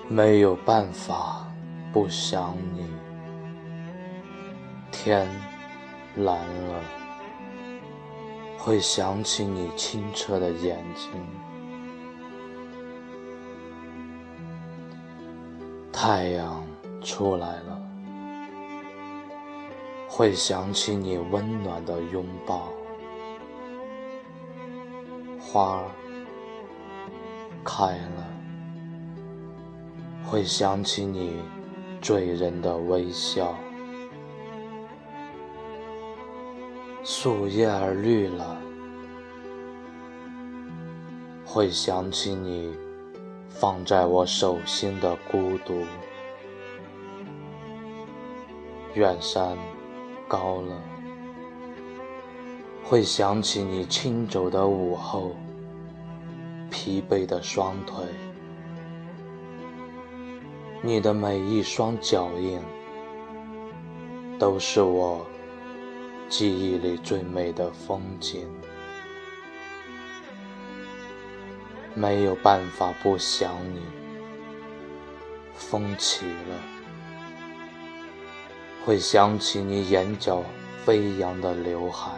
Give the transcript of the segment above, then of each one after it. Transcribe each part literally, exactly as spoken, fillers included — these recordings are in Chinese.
没有办法不想你。天蓝了，会想起你清澈的眼睛。太阳出来了，会想起你温暖的拥抱。花开了，会想起你醉人的微笑。树叶儿绿了，会想起你放在我手心的孤独。远山高了，会想起你轻走的午后，疲惫的双腿。你的每一双脚印，都是我记忆里最美的风景。没有办法不想你。风起了，会想起你眼角飞扬的刘海。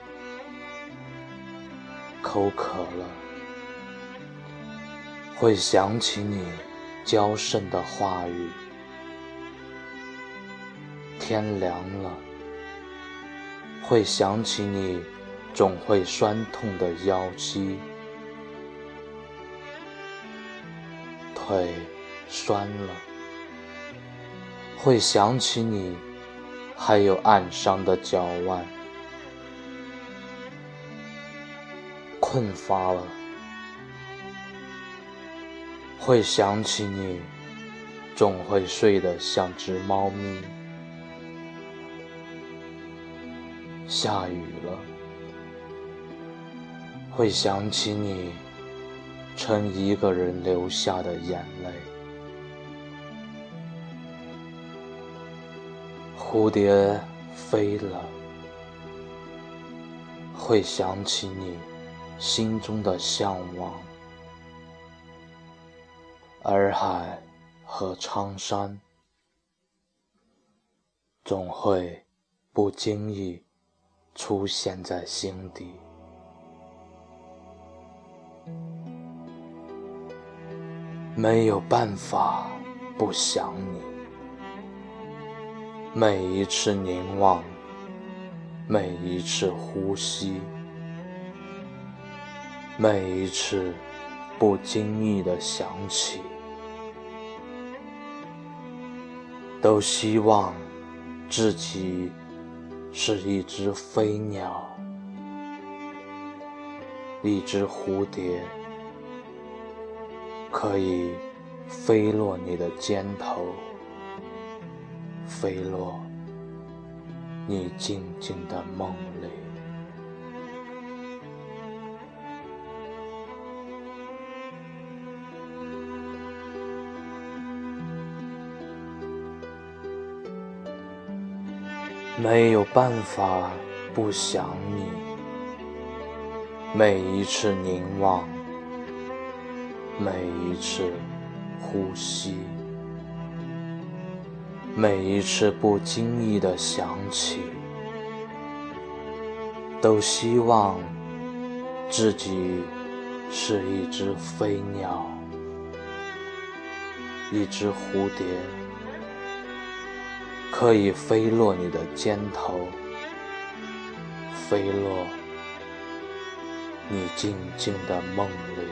口渴了，会想起你娇声的话语。天凉了，会想起你总会酸痛的腰肌。腿酸了，会想起你还有暗伤的脚腕。困乏了，会想起你总会睡得像只猫咪。下雨了，会想起你曾一个人流下的眼泪。蝴蝶飞了，会想起你心中的向往。洱海和苍山，总会不经意出现在心底。没有办法不想你。每一次凝望，每一次呼吸，每一次不经意的想起，都希望自己是一只飞鸟，一只蝴蝶，可以飞落你的肩头，飞落你静静的梦里。没有办法不想你。每一次凝望，每一次呼吸，每一次不经意的想起，都希望自己是一只飞鸟，一只蝴蝶，可以飞落你的肩头，飞落你静静的梦里。